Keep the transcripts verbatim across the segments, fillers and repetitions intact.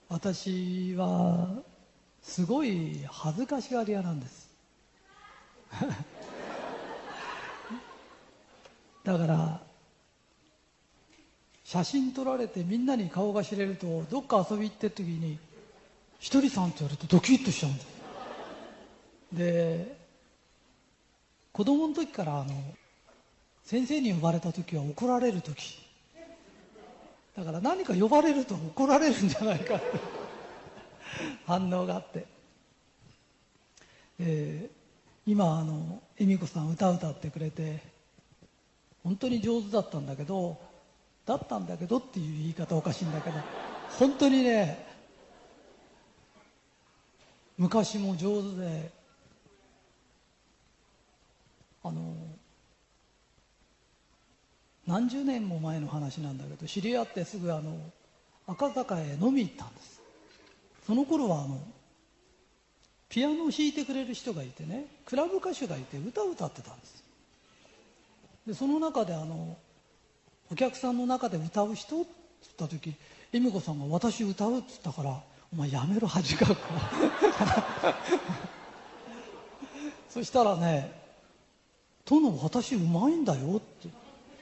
私はすごい恥ずかしがり屋なんですだから写真撮られてみんなに顔が知れると、どっか遊び行ってる時にひとりさんって言われるとドキッとしちゃうんです。で子供の時からあの先生に呼ばれた時は怒られる時だから、何か呼ばれると怒られるんじゃないかって反応があって、えー、今あの恵美子さん歌歌ってくれて本当に上手だったんだけどだったんだけどっていう言い方おかしいんだけど、本当にね昔も上手で、あの何十年も前の話なんだけど、知り合ってすぐあの赤坂へ飲み行ったんです。その頃はあのピアノを弾いてくれる人がいてね、クラブ歌手がいて歌を歌ってたんです。でその中であのお客さんの中で歌う人って言った時、恵美子さんが私歌うって言ったから、お前やめろ恥かくそしたらね、殿私うまいんだよって、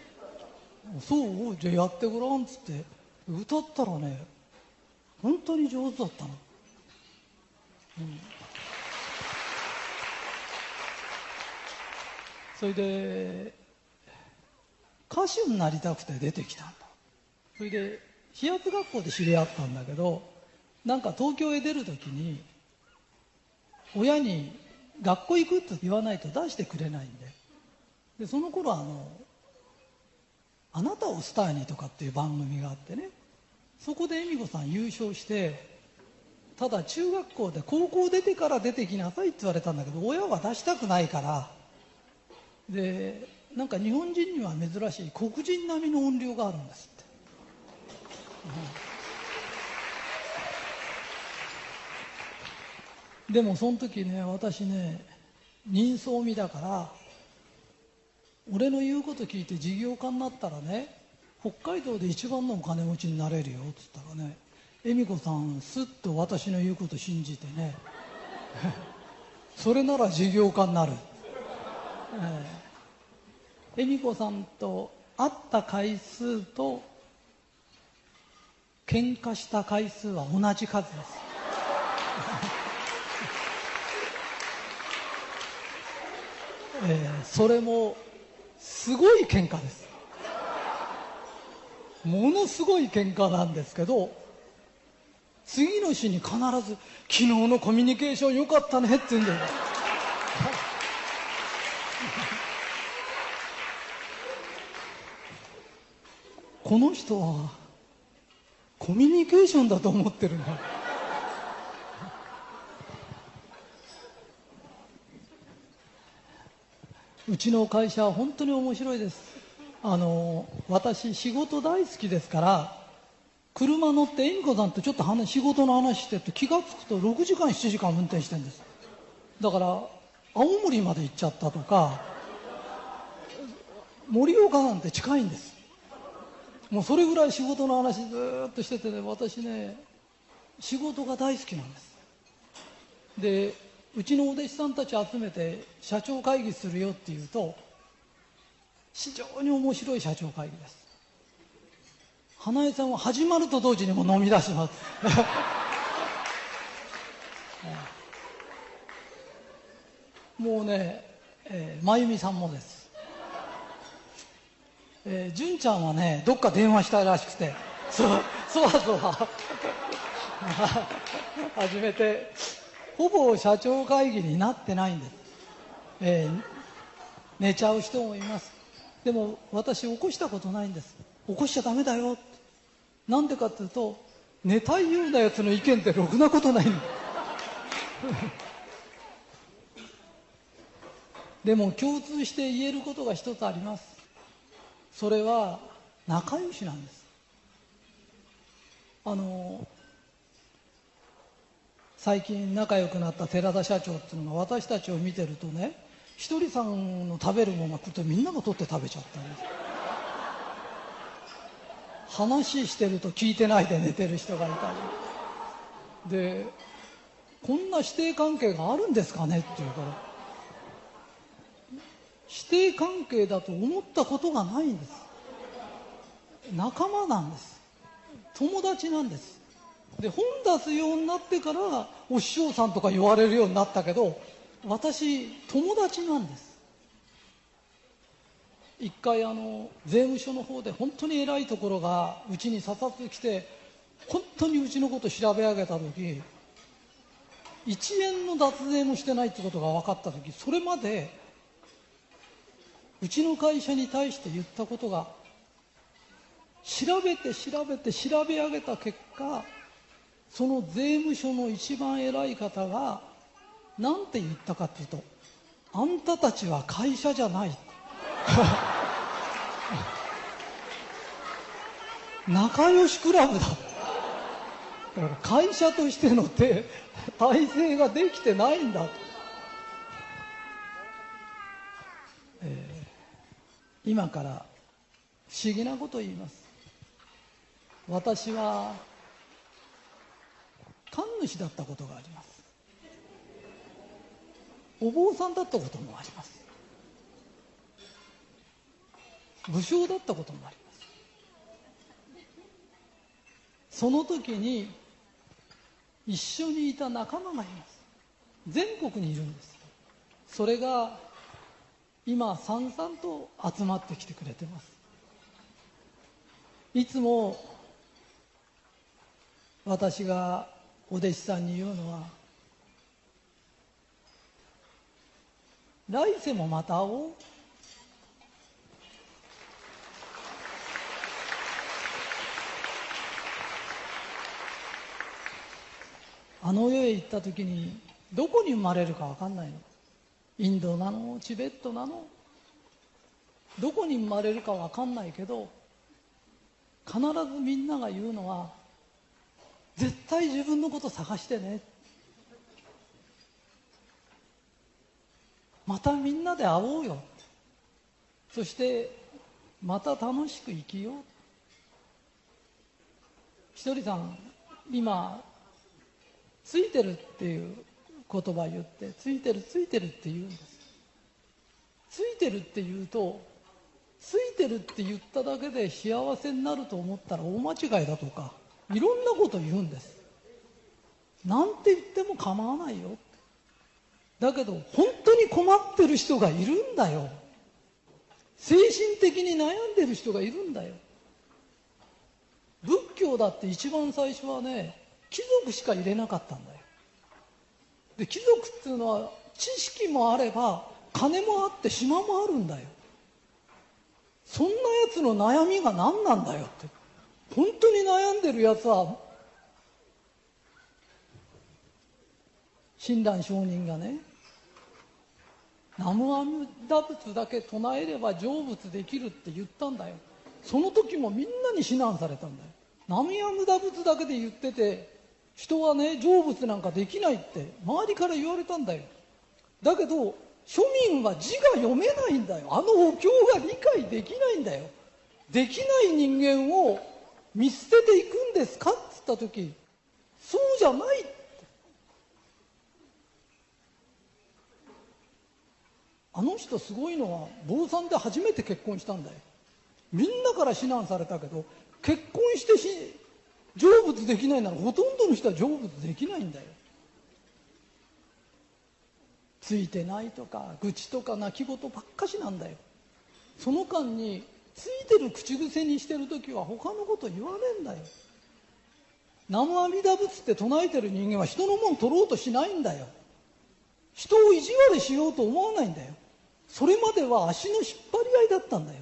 そうじゃあやってごらんっつって歌ったらね、本当に上手だったの、うん、それで歌手になりたくて出てきたんだ。それで飛躍学校で知り合ったんだけど、なんか東京へ出るときに親に学校行くって言わないと出してくれないんで、でその頃あの「あなたをスターに」とかっていう番組があってね、そこで恵美子さん優勝して、ただ中学校で高校出てから出てきなさいって言われたんだけど、親は出したくないから、でなんか日本人には珍しい黒人並みの音量があるんですって、うん、でもその時ね、私ね人相味だから、俺の言うこと聞いて事業家になったらね、北海道で一番のお金持ちになれるよって言ったらね、恵美子さんすっと私の言うこと信じてねそれなら事業家になる、えー、恵美子さんと会った回数と喧嘩した回数は同じ数ですえー、それもすごい喧嘩です。ものすごい喧嘩なんですけど、次の日に必ず「昨日のコミュニケーション良かったね」って言うんだよこの人はコミュニケーションだと思ってるんだうちの会社は本当に面白いです。あの私仕事大好きですから、車乗って恵美子さんとちょっと話仕事の話してると気が付くとろくじかんしちじかん運転してるんです。だから青森まで行っちゃったとか、盛岡なんて近いんです。もうそれぐらい仕事の話ずっとしててね、私ね仕事が大好きなんです。でうちのお弟子さんたち集めて社長会議するよっていうと、非常に面白い社長会議です。花江さんは始まると同時にもう飲み出しますもうね、えー、真由美さんもです。えー、純ちゃんはねどっか電話したいらしくて、そうそわそわ始めて、ほぼ社長会議になってないんです。えー、寝ちゃう人もいます。でも私起こしたことないんです。起こしちゃダメだよって。なんでかっていうと、寝たいようなやつの意見ってろくなことないのでも共通して言えることが一つあります。それは仲良しなんです。あの最近仲良くなった寺田社長っていうのが私たちを見てるとね、ひとりさんの食べるものが来るとみんなが取って食べちゃったんです。話してると聞いてないで寝てる人がいたり、 でこんな師弟関係があるんですかねって言うから、師弟関係だと思ったことがないんです。仲間なんです。友達なんです。で本出すようになってからお師匠さんとか言われるようになったけど、私友達なんです。一回あの税務署の方で本当に偉いところがうちに査察来て、本当にうちのこと調べ上げた時、いちえんの脱税もしてないってことが分かった時、それまでうちの会社に対して言ったことが、調べて調べて調べ上げた結果、その税務署の一番偉い方が何て言ったかっていうと、あんたたちは会社じゃない仲良しクラブだ。だから会社としての体制ができてないんだ、えー、今から不思議なことを言います。私は神主だったことがあります。お坊さんだったこともあります。武将だったこともあります。その時に一緒にいた仲間がいます。全国にいるんです。それが今さんさんと集まってきてくれてます。いつも私がお弟子さんに言うのは、来世もまた会おう。あの世へ行った時にどこに生まれるか分かんないの。インドなの、チベットなの、どこに生まれるか分かんないけど、必ずみんなが言うのは、絶対自分のこと探してね、またみんなで会おうよ、そしてまた楽しく生きよう。ひとりさん今ついてるっていう言葉言って、ついてるついてるって言うんです。ついてるって言うと、ついてるって言っただけで幸せになると思ったら大間違いだとか、いろんなこと言うんです。なんて言っても構わないよ。だけど本当に困ってる人がいるんだよ。精神的に悩んでる人がいるんだよ。仏教だって一番最初はね、貴族しか入れなかったんだよ。で貴族っていうのは知識もあれば金もあって島もあるんだよ。そんなやつの悩みが何なんだよって。本当に悩んでるやつは、親鸞上人がね、南無阿弥陀仏だけ唱えれば成仏できるって言ったんだよ。その時もみんなに非難されたんだよ。南無阿弥陀仏だけで言ってて、人はね成仏なんかできないって周りから言われたんだよ。だけど庶民は字が読めないんだよ。あのお経が理解できないんだよ。できない人間を見捨てていくんですかって言った時、そうじゃないって。あの人すごいのは坊さんで初めて結婚したんだよ。みんなから非難されたけど、結婚してし成仏できないならほとんどの人は成仏できないんだよ。ついてないとか愚痴とか泣き言ばっかしなんだよ。その間についてる口癖にしてる時は他のこと言わねえんだよ。南無阿弥陀仏って唱えてる人間は人のもん取ろうとしないんだよ。人を意地悪しようと思わないんだよ。それまでは足の引っ張り合いだったんだよ。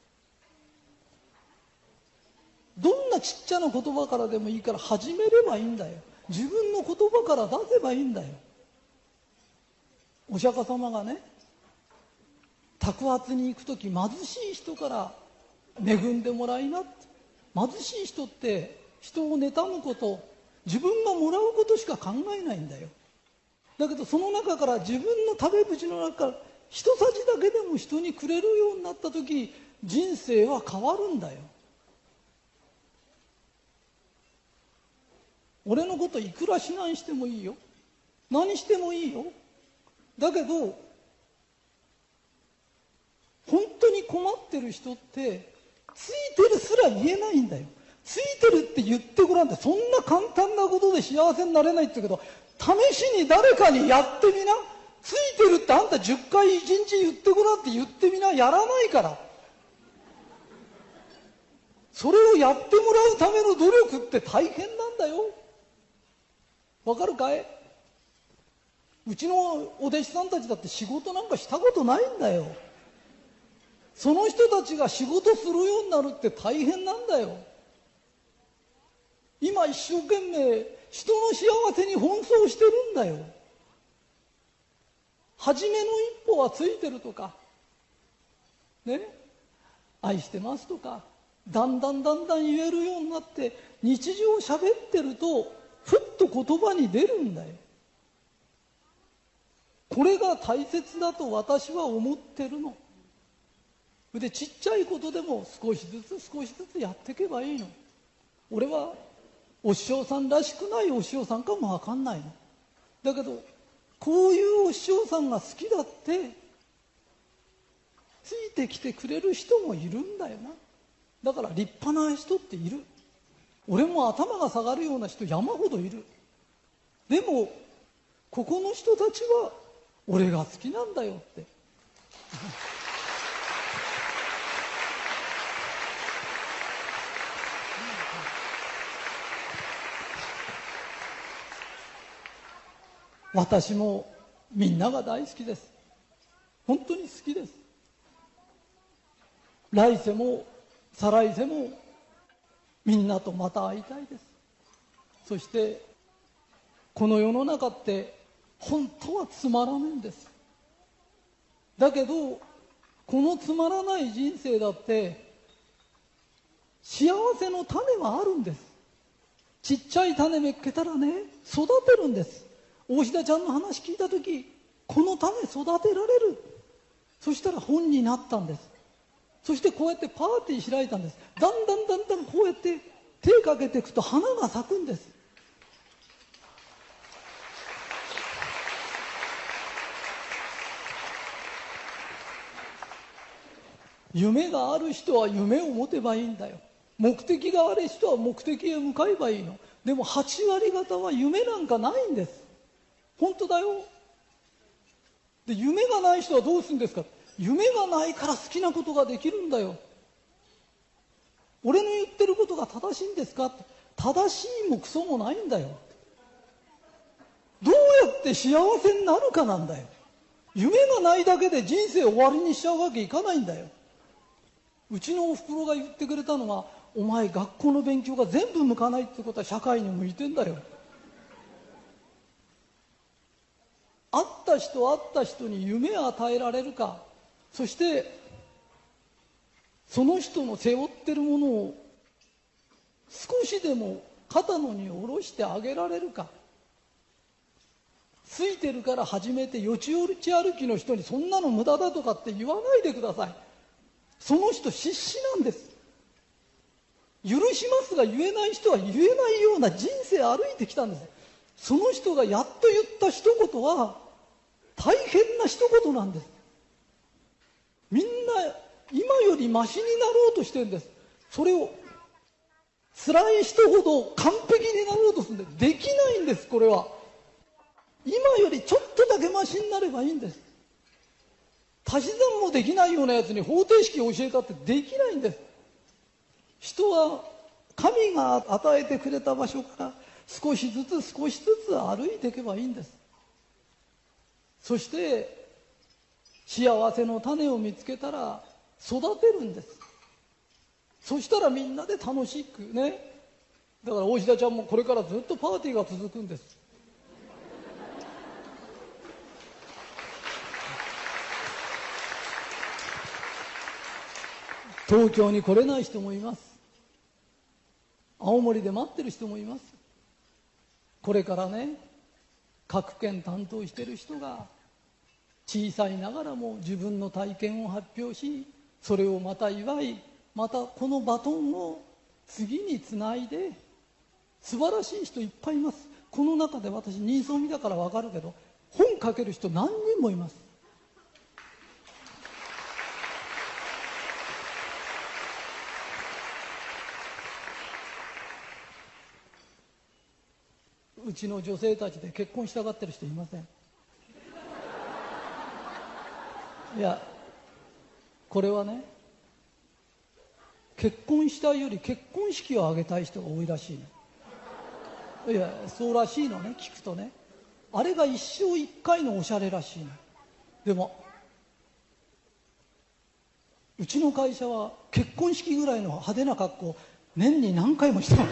どんなちっちゃな言葉からでもいいから始めればいいんだよ。自分の言葉から出せばいいんだよ。お釈迦様がね、托鉢に行く時貧しい人から恵んでもらいなって。貧しい人って人を妬むこと、自分がもらうことしか考えないんだよ。だけどその中から自分の食べ口の中から一さじだけでも人にくれるようになった時、人生は変わるんだよ。 俺のこといくら非難してもいいよ、何してもいいよ。だけど本当に困ってる人ってついてるすら言えないんだよ。ついてるって言ってごらんって、そんな簡単なことで幸せになれないって言うけど、試しに誰かにやってみな。ついてるってあんたじゅっかいいちにち言ってごらんって言ってみな。やらないから。それをやってもらうための努力って大変なんだよ。わかるかい？うちのお弟子さんたちだって仕事なんかしたことないんだよ。その人たちが仕事するようになるって大変なんだよ。今一生懸命人の幸せに奔走してるんだよ。初めの一歩はついてるとかね、愛してますとかだんだんだんだん言えるようになって、日常喋ってるとふっと言葉に出るんだよ。これが大切だと私は思ってるので、ちっちゃいことでも少しずつ少しずつやっていけばいいの。俺はお師匠さんらしくないお師匠さんかもわかんないの。だけどこういうお師匠さんが好きだってついてきてくれる人もいるんだよな。だから立派な人っている。俺も頭が下がるような人山ほどいる。でもここの人たちは俺が好きなんだよって私もみんなが大好きです。本当に好きです。来世も再来世もみんなとまた会いたいです。そしてこの世の中って本当はつまらないんです。だけどこのつまらない人生だって幸せの種はあるんです。ちっちゃい種めっけたらね、育てるんです。大志田ちゃんの話聞いた時、この種育てられる。そしたら本になったんです。そしてこうやってパーティー開いたんです。だんだんだんだんこうやって手かけていくと花が咲くんです。夢がある人は夢を持てばいいんだよ。目的がある人は目的へ向かえばいいの。でもはち割方は夢なんかないんです。本当だよ。で、夢がない人はどうするんですか。夢がないから好きなことができるんだよ。俺の言ってることが正しいんですかって。正しいもクソもないんだよ。どうやって幸せになるかなんだよ。夢がないだけで人生終わりにしちゃうわけいかないんだよ。うちのおふくろが言ってくれたのは、お前学校の勉強が全部向かないってことは社会に向いてんだよ。会った人会った人に夢を与えられるか、そしてその人の背負ってるものを少しでも肩の荷を下ろしてあげられるか。ついてるから初めてよちよち歩きの人にそんなの無駄だとかって言わないでください。その人必死なんです。許しますが言えない人は言えないような人生歩いてきたんです。その人がやっと言った一言は大変な一言なんです。みんな今よりマシになろうとしてるんです。それを辛い人ほど完璧になろうとするんでできないんです。これは今よりちょっとだけマシになればいいんです。足し算もできないようなやつに方程式を教えたってできないんです。人は神が与えてくれた場所から少しずつ少しずつ歩いていけばいいんです。そして幸せの種を見つけたら育てるんです。そしたらみんなで楽しくね。だから大志田ちゃんもこれからずっとパーティーが続くんです。東京に来れない人もいます。青森で待ってる人もいます。これからね、各県担当してる人が小さいながらも自分の体験を発表し、それをまた祝い、またこのバトンを次につないで素晴らしい人いっぱいいます。この中で私人相見だから分かるけど、本書ける人何人もいます。うちの女性たちで結婚したがってる人いません。いや、これはね、結婚したいより結婚式を挙げたい人が多いらしいの。いや、そうらしいのね、聞くとね。あれが一生一回のおしゃれらしいの。でもうちの会社は結婚式ぐらいの派手な格好年に何回もしてます。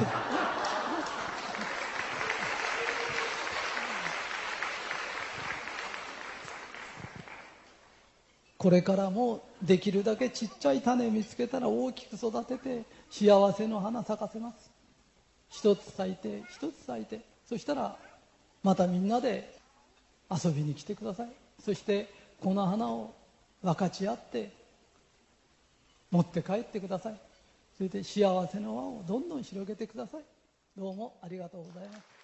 これからもできるだけちっちゃい種見つけたら大きく育てて幸せの花咲かせます。一つ咲いて一つ咲いて、そしたらまたみんなで遊びに来てください。そしてこの花を分かち合って持って帰ってください。それで幸せの輪をどんどん広げてください。どうもありがとうございます。